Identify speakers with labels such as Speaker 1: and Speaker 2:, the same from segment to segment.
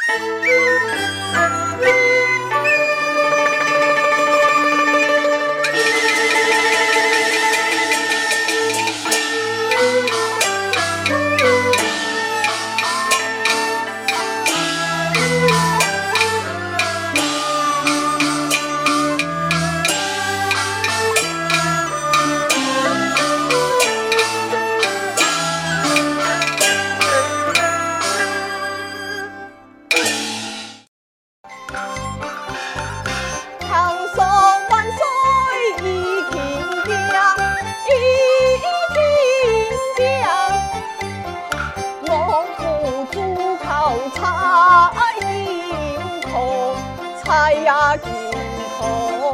Speaker 1: 菜呀健康。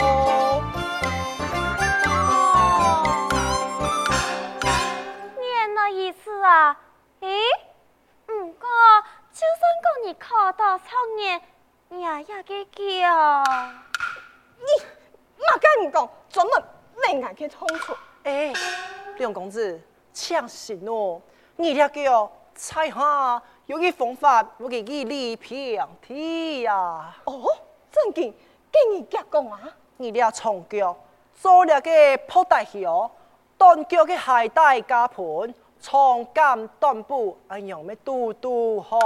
Speaker 2: 念那意思啊？咦，不过就算讲你考到创业，也给叫。
Speaker 1: 你嘛敢唔讲，专门令人去冲出。
Speaker 3: 梁公子，请信哦，你俩叫菜下有个方法，我给你理平天呀。
Speaker 1: 哦，正经，跟你夹讲啊。
Speaker 3: 你俩从脚做了个破大桥，断脚个海带加盘，长杆短布，样咩嘟嘟好。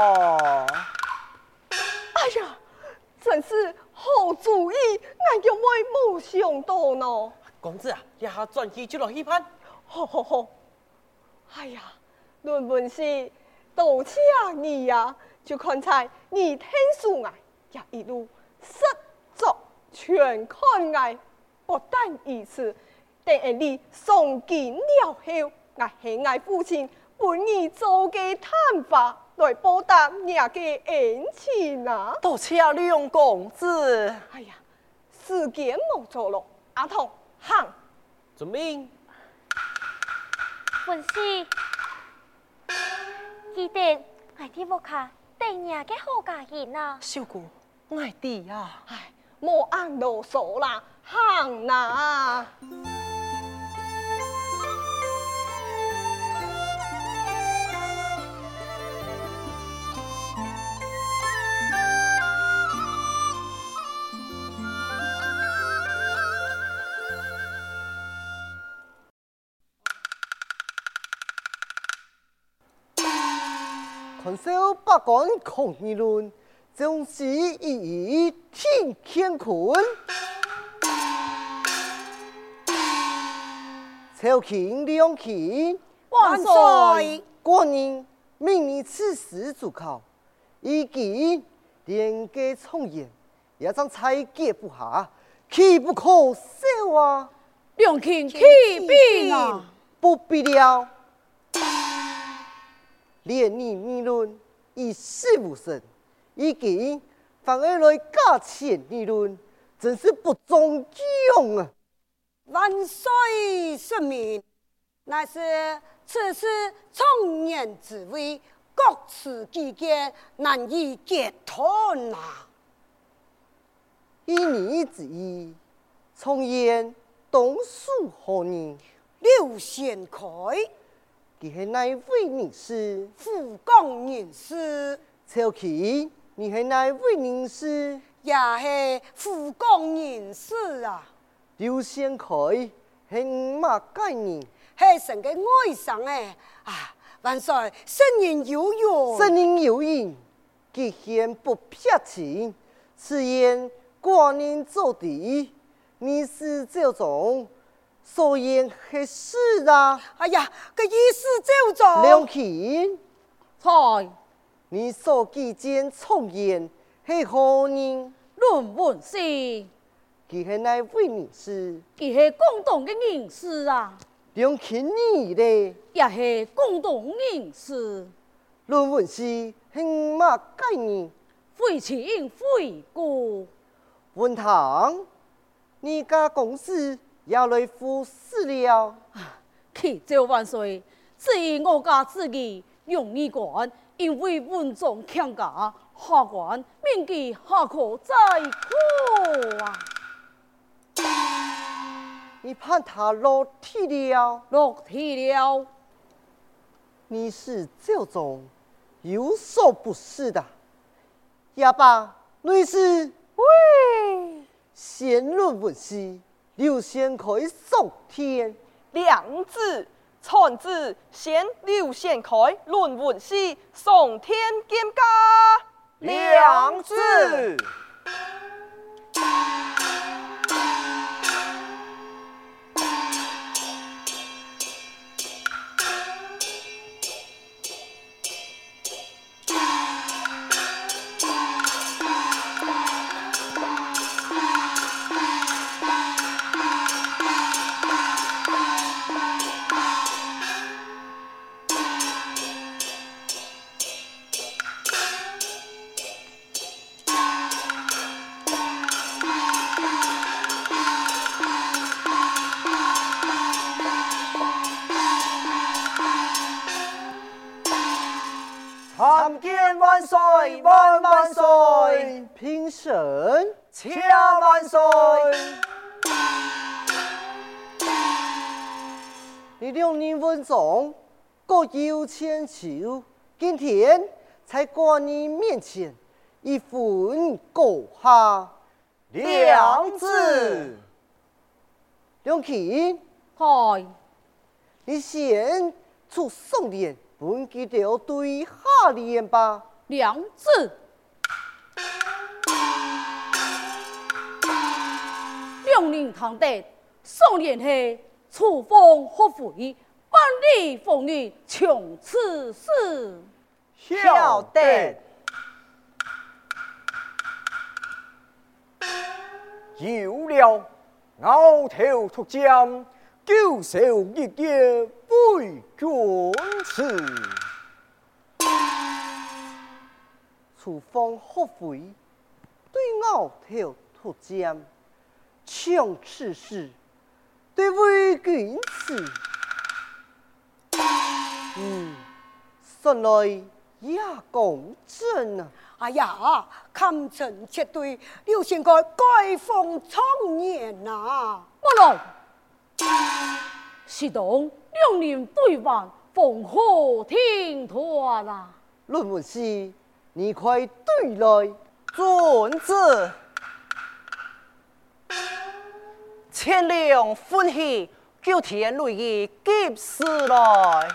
Speaker 1: 哎呀，真是好主意，俺又没想到呢。
Speaker 3: 公子啊，一下转机就落去攀。
Speaker 1: 好。哎呀，论文是多谢你呀，就看在你听书爱，也一路实作全看爱，不但如此，等下你送进了后，我向爱父亲本你做个探法来报答你个恩情啊！
Speaker 3: 多谢梁公子。
Speaker 1: 哎呀，时间冇做咯，阿童行。
Speaker 3: 遵命。
Speaker 2: 文熙，记得爱啲屋卡对你个好家人啊。
Speaker 3: 小姑，爱弟呀。
Speaker 1: 唉，莫按啰嗦啦，行啦。
Speaker 4: 看守百官抗议论，总是一天乾坤。朝廷两卿
Speaker 1: 万岁！
Speaker 4: 国人命你此时主考，已经连家从严，也将裁决不下，岂不可赦啊？
Speaker 5: 两卿启禀啊！
Speaker 4: 不必了。连你议论以事无成，已经反而来加钱议论，真是不中用啊！
Speaker 6: 万岁圣明，乃是此事从严之位，各持己见，难以结团啊！
Speaker 4: 依你之意，从严当属何人？
Speaker 6: 刘贤凯，
Speaker 4: 他是哪位人士？
Speaker 6: 副港人士。
Speaker 4: 曹琦，你是哪位人士？
Speaker 6: 也是副港人士啊。
Speaker 4: 刘贤凯是马家人？
Speaker 6: 是神个外甥哎啊！万岁，圣人有用。
Speaker 4: 圣人有应，既然不撇清，此言寡人做敌，你是这种。所言何事啊？
Speaker 6: 哎呀，个意思就做。
Speaker 4: 梁卿，
Speaker 5: 在
Speaker 4: 你所见见从言是何人？
Speaker 5: 论文是，
Speaker 4: 他是哪位人士？
Speaker 5: 伊是共同的人士啊，
Speaker 4: 梁卿你咧？
Speaker 5: 也是共同人士，
Speaker 4: 论文是很马家人？
Speaker 5: 非亲非故。
Speaker 4: 文堂，你家公司也来服侍了。
Speaker 5: 祈求万岁，至于我家之意，容易管，因为文中强家，下官铭记下可再苦啊。
Speaker 4: 你盼他落体了？
Speaker 5: 落体了。
Speaker 4: 你是这种有所不识的， 哑巴女士，
Speaker 1: 喂，
Speaker 4: 先论文戏，刘先可以送天。
Speaker 1: 良子、传子先刘先开论文戏，送天见家。
Speaker 3: 良子。参见万岁，万万岁！
Speaker 4: 评审，
Speaker 3: 恰万岁！
Speaker 4: 你2人文中各有千秋，今天在官人面前一分高下。
Speaker 3: 良子，
Speaker 4: 梁琴，
Speaker 5: 嗨，
Speaker 4: 你先出送联，本记得对下联吧。
Speaker 5: 良子，两人堂弟送联系，楚风合肥，万里风云穷此事。
Speaker 3: 晓得。有了，鳌头脱缰，九手一叶为君子。
Speaker 4: 楚风合肥，对鳌头脱缰，强此事，对为君子。算来也公正啊！
Speaker 6: 哎呀，堪称绝对，刘先该改风创年呐！
Speaker 5: 不来，是当两人对望，奉和听团啊！
Speaker 4: 论文是，你快对来。
Speaker 3: 准子，千两欢喜，叫天雷意急死来。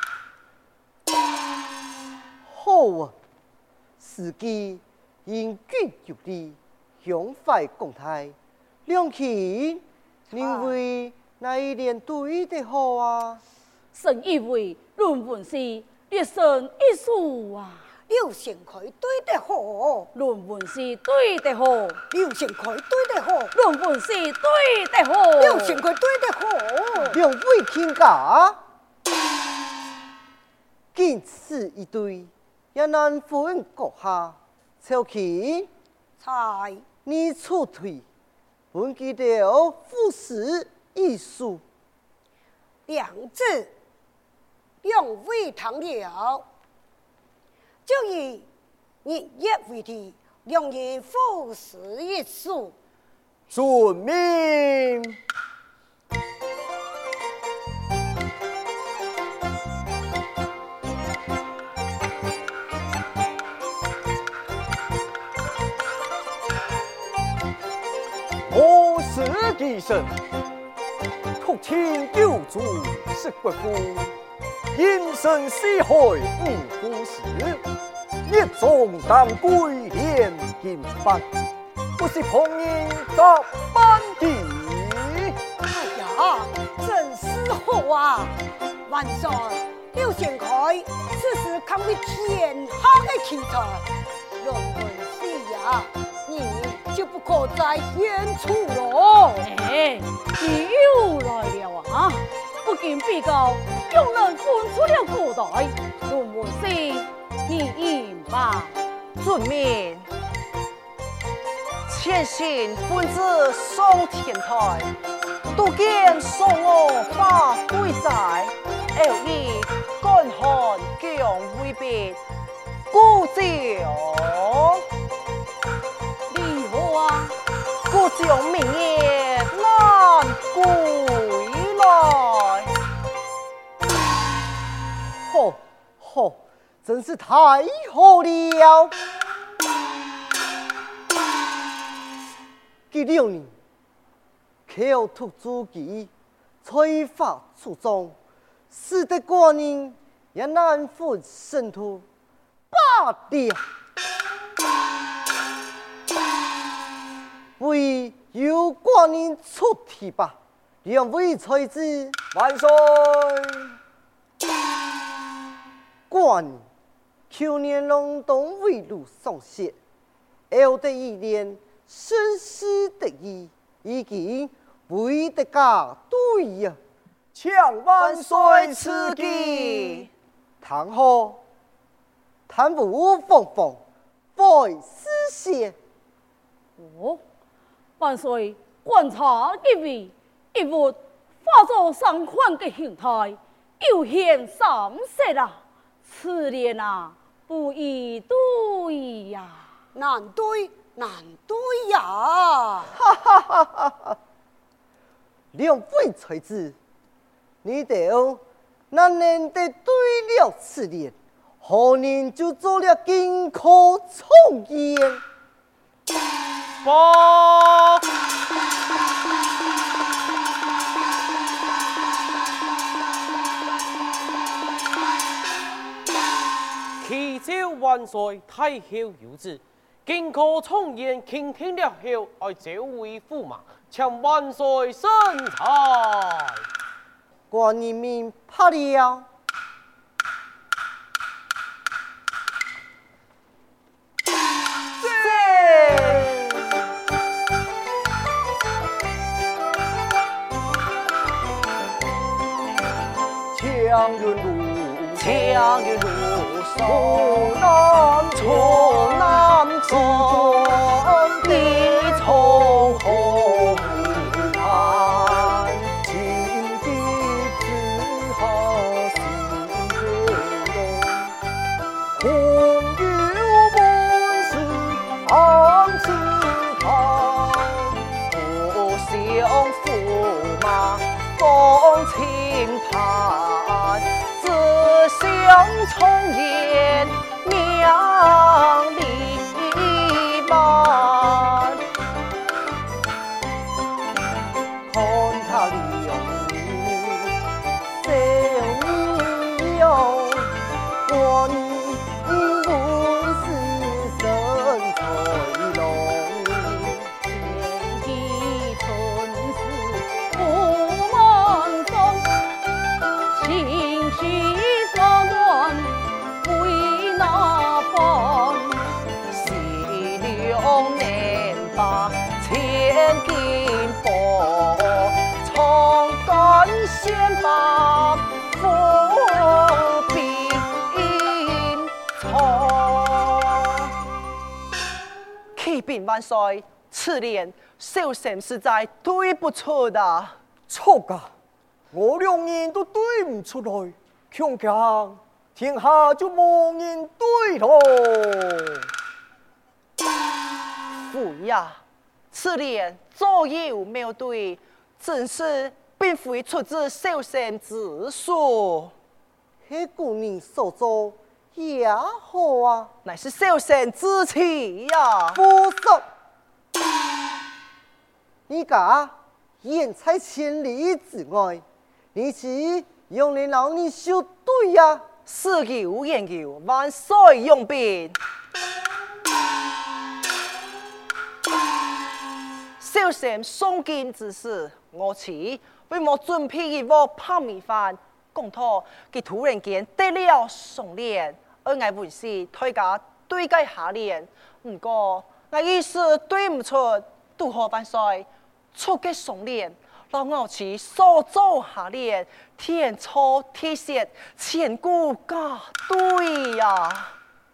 Speaker 4: 好啊！司机因君有礼，向快共泰。梁琴，认为哪一联对得好啊？
Speaker 5: 神以为论文是列神一术啊！
Speaker 6: 刘先开对得好，
Speaker 5: 论文是对得好，
Speaker 6: 刘先开对得好，
Speaker 5: 论文是对得好，
Speaker 6: 刘先开对得好。
Speaker 4: 两位卿家，仅此一对，也难分阁下。秋琴，
Speaker 6: 才
Speaker 4: 你出退，本记得副使艺术。
Speaker 6: 良子，两位堂了，就以日夜为题，两人副使一术。
Speaker 3: 遵命。我是kỳ神，哭天救主是国父，阴神四海五夫士，一众当归连金榜，不是旁人砸班底。
Speaker 6: 哎呀，真是好啊！万岁，刘先开，此时堪为天下的奇才，论文是呀，你就不可再演出了。
Speaker 5: 哎，你又来了啊！不仅比较，用人分出了古代，论文是你赢吧？
Speaker 3: 遵命。千幸分子上天台，都见送我把归在，偶以干旱降为别，故将
Speaker 5: 你好啊！
Speaker 3: 故将明夜难归来。
Speaker 4: 好，真是太好了！ 这2年，口吐诸己，才华出众，使得寡人也难分胜负。罢了，为有寡人出题吧，2位才子
Speaker 3: 万岁！
Speaker 4: 寡人去年隆冬为路送血，后得一年生死得意，已经为得家对呀。
Speaker 3: 请万岁赐计。
Speaker 4: 唐后贪污风风，非私血。
Speaker 5: 哦，万岁观察一位，一物化作3款的形态，又现3色啊！此年啊，不易对呀。
Speaker 6: 难对，难对呀！
Speaker 4: 2位才子，你哋难能得对了此年，后年就做了金科重言。
Speaker 7: 报！祈求万岁太后有旨，金科重言倾听了后，爱召回驸马，请万岁审裁。
Speaker 4: 官人民怕了。
Speaker 3: 强云路，
Speaker 7: 强云路
Speaker 3: 从南
Speaker 7: 从南走，地从红岸，
Speaker 3: 金地之下心天龙，空有本事昂自叹，
Speaker 7: 不想驸马风轻盼，只想重演娘里满。
Speaker 4: 看他两面小米有，我你本是身材龙。
Speaker 5: 天地春事不梦中，情绪杂乱为哪般？
Speaker 7: 西凉南把千金宝，长干先把富兵藏。启禀万岁，此年小臣实在对不出的。
Speaker 3: 错噶，我2人都对唔出来，恐怕天下就无人对喽。
Speaker 7: 父呀，此年左右没对，真是并非出自小臣之手，
Speaker 4: 那姑娘所做也好啊，
Speaker 7: 乃是小臣之气呀。
Speaker 4: 不说。你家远在千里之外，你是用来让你修对呀？
Speaker 7: 事有研究，万岁用兵。小臣送金之时，我妻为我准备一锅泡米饭，讲他佢突然间得了送脸，而我本是推家对解下脸，不过我意思对唔出，拄好万岁出嘅送脸，让我妻所做下脸，天初地谢，千古家对呀。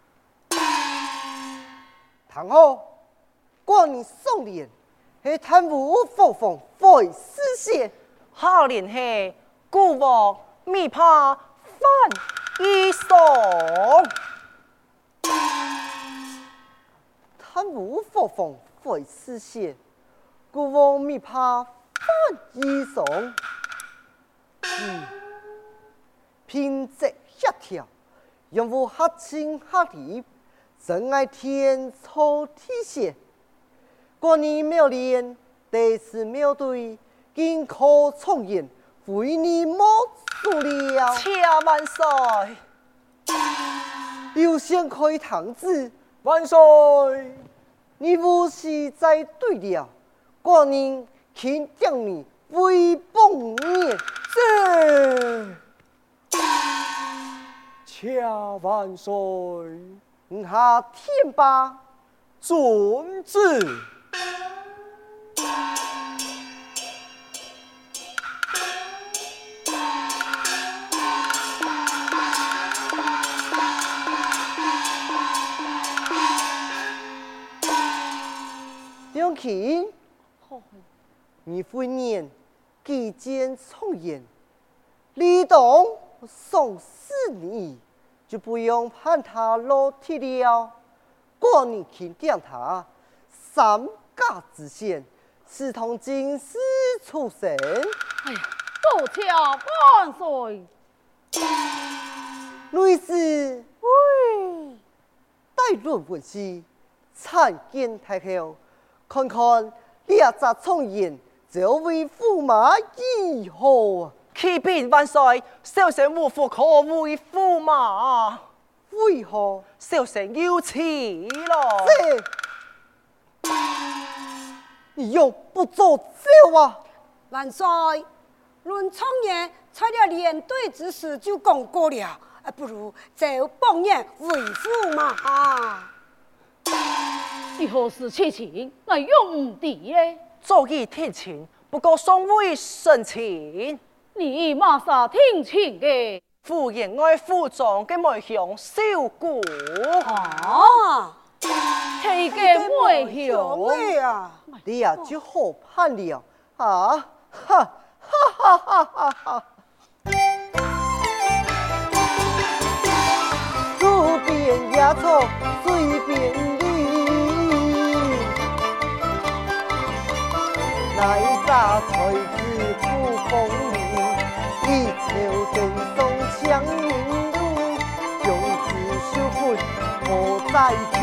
Speaker 4: 唐后，官人送脸，是贪污风风，非私血。
Speaker 7: 好年嘿，古王未怕犯衣裳。
Speaker 4: 贪污风风，非私血。古王未怕犯衣裳。品质协调，用户合情合理，真爱天初体现。 过年庙练，第四庙队，金科重演，为你莫输了。
Speaker 7: 且万岁！
Speaker 4: 刘先开堂子，
Speaker 3: 万岁！
Speaker 4: 你无是在对了，过年请将你威风年。
Speaker 3: 这，且万岁！
Speaker 4: 下天吧。
Speaker 3: 遵旨。
Speaker 4: 梁琴，你会念几间重演，李董送死你，就不用判他落体了。过年请点他三家之县，是同进士出身。
Speaker 5: 哎呀，多谢万岁！
Speaker 4: 女士，喂，待论文时，参见太后，看看两只重演，就为驸马以后啊。
Speaker 7: 启禀万岁，小臣无福可为驸马。
Speaker 4: 为何？
Speaker 7: 小臣有气了。
Speaker 4: 这，你又不做酒啊？
Speaker 6: 万岁，论创业材料连队之事就讲过了，不如就帮人为驸马。
Speaker 5: 你何时起情？我用唔地耶。
Speaker 7: 早已听请，不过尚未申请。
Speaker 5: 你马上听请嘅。
Speaker 7: 夫人爱府中嘅梅香小姑。
Speaker 6: 啊，
Speaker 5: 这个梅香
Speaker 6: 妹啊！
Speaker 4: 你呀就好判了啊！哈哈哈哈哈哈！路边野草随便理，来扎才子不风雨，一朝正送强人路，用字修本莫再提。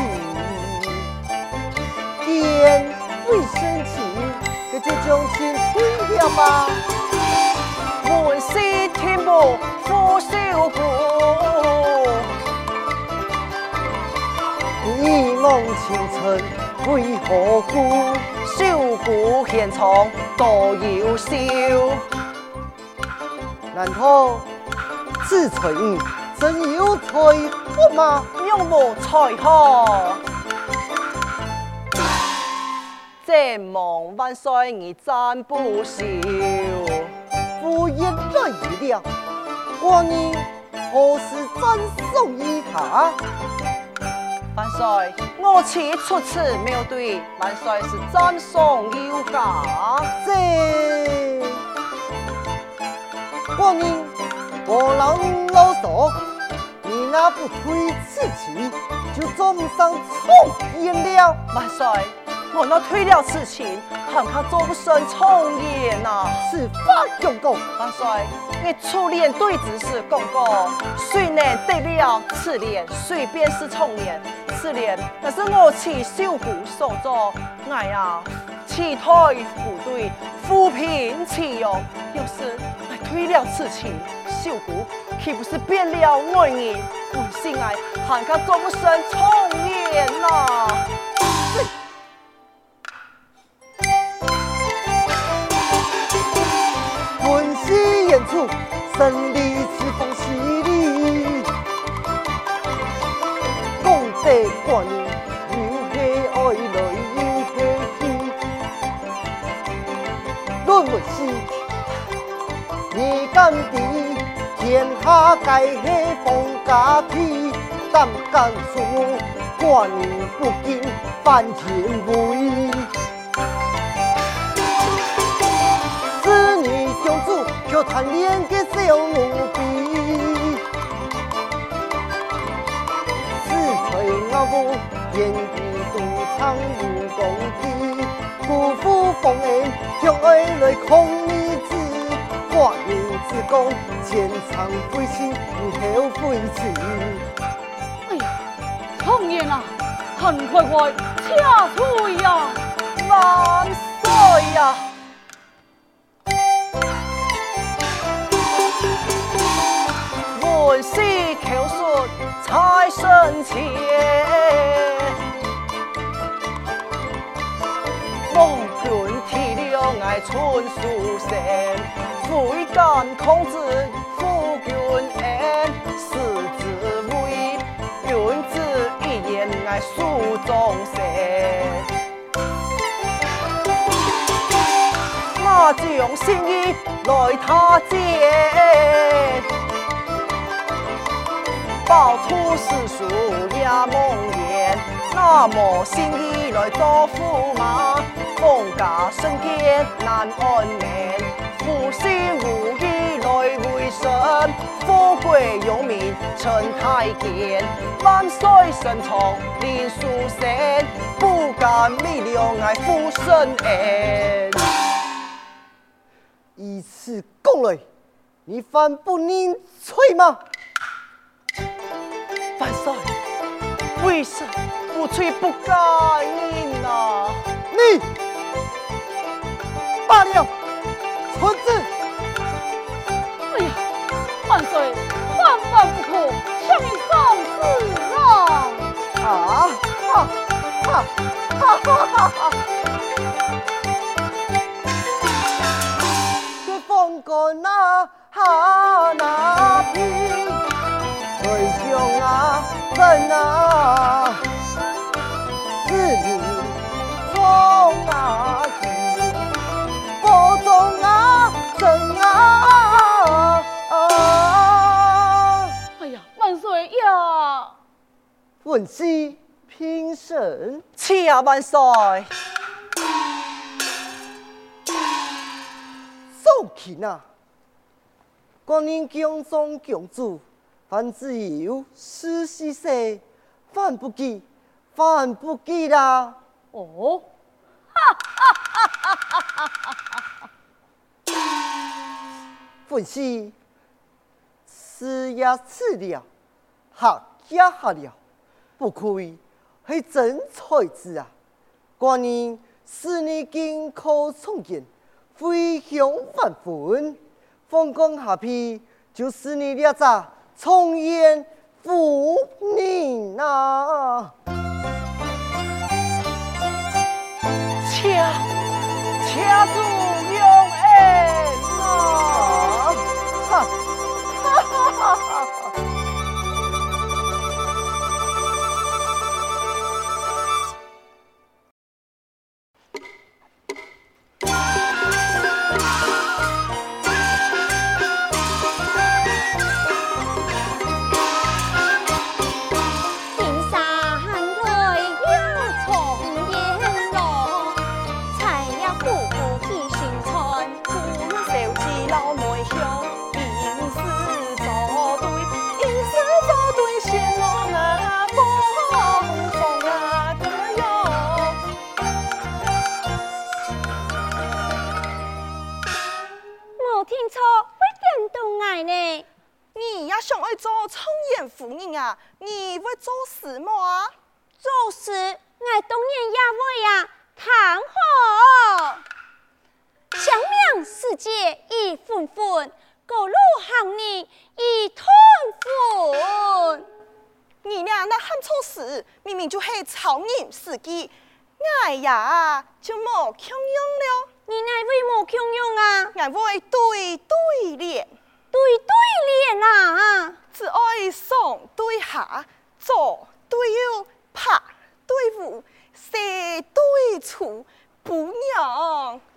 Speaker 4: 见未生气，这就将情推了吧。
Speaker 7: 门西天母夫小姑，
Speaker 4: 一梦倾城为何故？
Speaker 7: 小姑贤从多优秀。
Speaker 4: 难道此才女真有才华吗？
Speaker 7: 用无才好。这梦万岁你赞不少。
Speaker 4: 夫人来意了，过年何时赞颂一他？
Speaker 7: 万岁，我妻出此庙队，万岁是赞颂有加。
Speaker 4: 这过年我老老说，你那不推此情，就做不上重演了。
Speaker 7: 万岁，我那推了此情，还可做不成重演呐。
Speaker 4: 此法用功。
Speaker 7: 万岁，你初练对子时讲过，虽然得了此练，虽便是重演。此练那是我妻小姑所做，我呀弃退部队，扶贫弃勇。要是我推了此情，小姑岂不是变了外人？本性爱还可做不成重演呐。
Speaker 4: 文戏演出，胜利是风犀利。讲得过年，又是爱来又是去。论文戏，你敢敌？天下该是放假天，胆敢出过年不惊翻天威。就贪恋个小奴婢，四岁我不言语独唱武功的，辜负奉恩将爱来控你子，寡人之功前场飞行后飞去。
Speaker 5: 哎呀，常言啊，很快快，恰脆呀！
Speaker 7: 身前。望君体谅爱春书生，挥杆孔子夫君恩，世子为君子一言爱书中生。马将心意来他见，报土世俗也梦魇。那么心意来做驸马，封家升迁难安眠。负心无义来为神，富贵荣名称太监。万岁神宠连书生，不敢昧良爱负身恩。
Speaker 4: 以此讲来，你反不认罪吗？
Speaker 7: 万岁，为什不罪不该认啊？
Speaker 4: 你罢了，存子。
Speaker 5: 哎呀，万岁，万万不可，向你丧事啊！
Speaker 4: 啊哈哈哈哈哈哈！这风干那哈那皮，为兄啊，真啊，是你从啊去，我中啊真啊！
Speaker 5: 哎呀，万岁呀！
Speaker 4: 问西平身。
Speaker 7: 启啊，万岁！
Speaker 4: 宋琴啊，光年江中共主，凡只有14岁，犯不及，犯不及啦！
Speaker 5: 哦，
Speaker 4: 本是此也此了，学也学了，不愧是真才子啊！光年使你经考重建。飞向反魂，风光下皮，就是你俩咋重演妇人啊！
Speaker 7: 掐住用恩啊！
Speaker 4: 哈哈哈哈哈！
Speaker 7: 夫人啊，你会做事吗？
Speaker 2: 做事，我当然也会啊，看好。想命世界已纷纷，各路行人已团纷。
Speaker 7: 你俩那喊错事，明明就是草人司机，我呀就冇强用了。
Speaker 2: 你乃为冇强用啊？
Speaker 7: 我会对联。
Speaker 2: 对联啊！
Speaker 7: 只爱上对下，左对右，拍对舞，写对错，不娘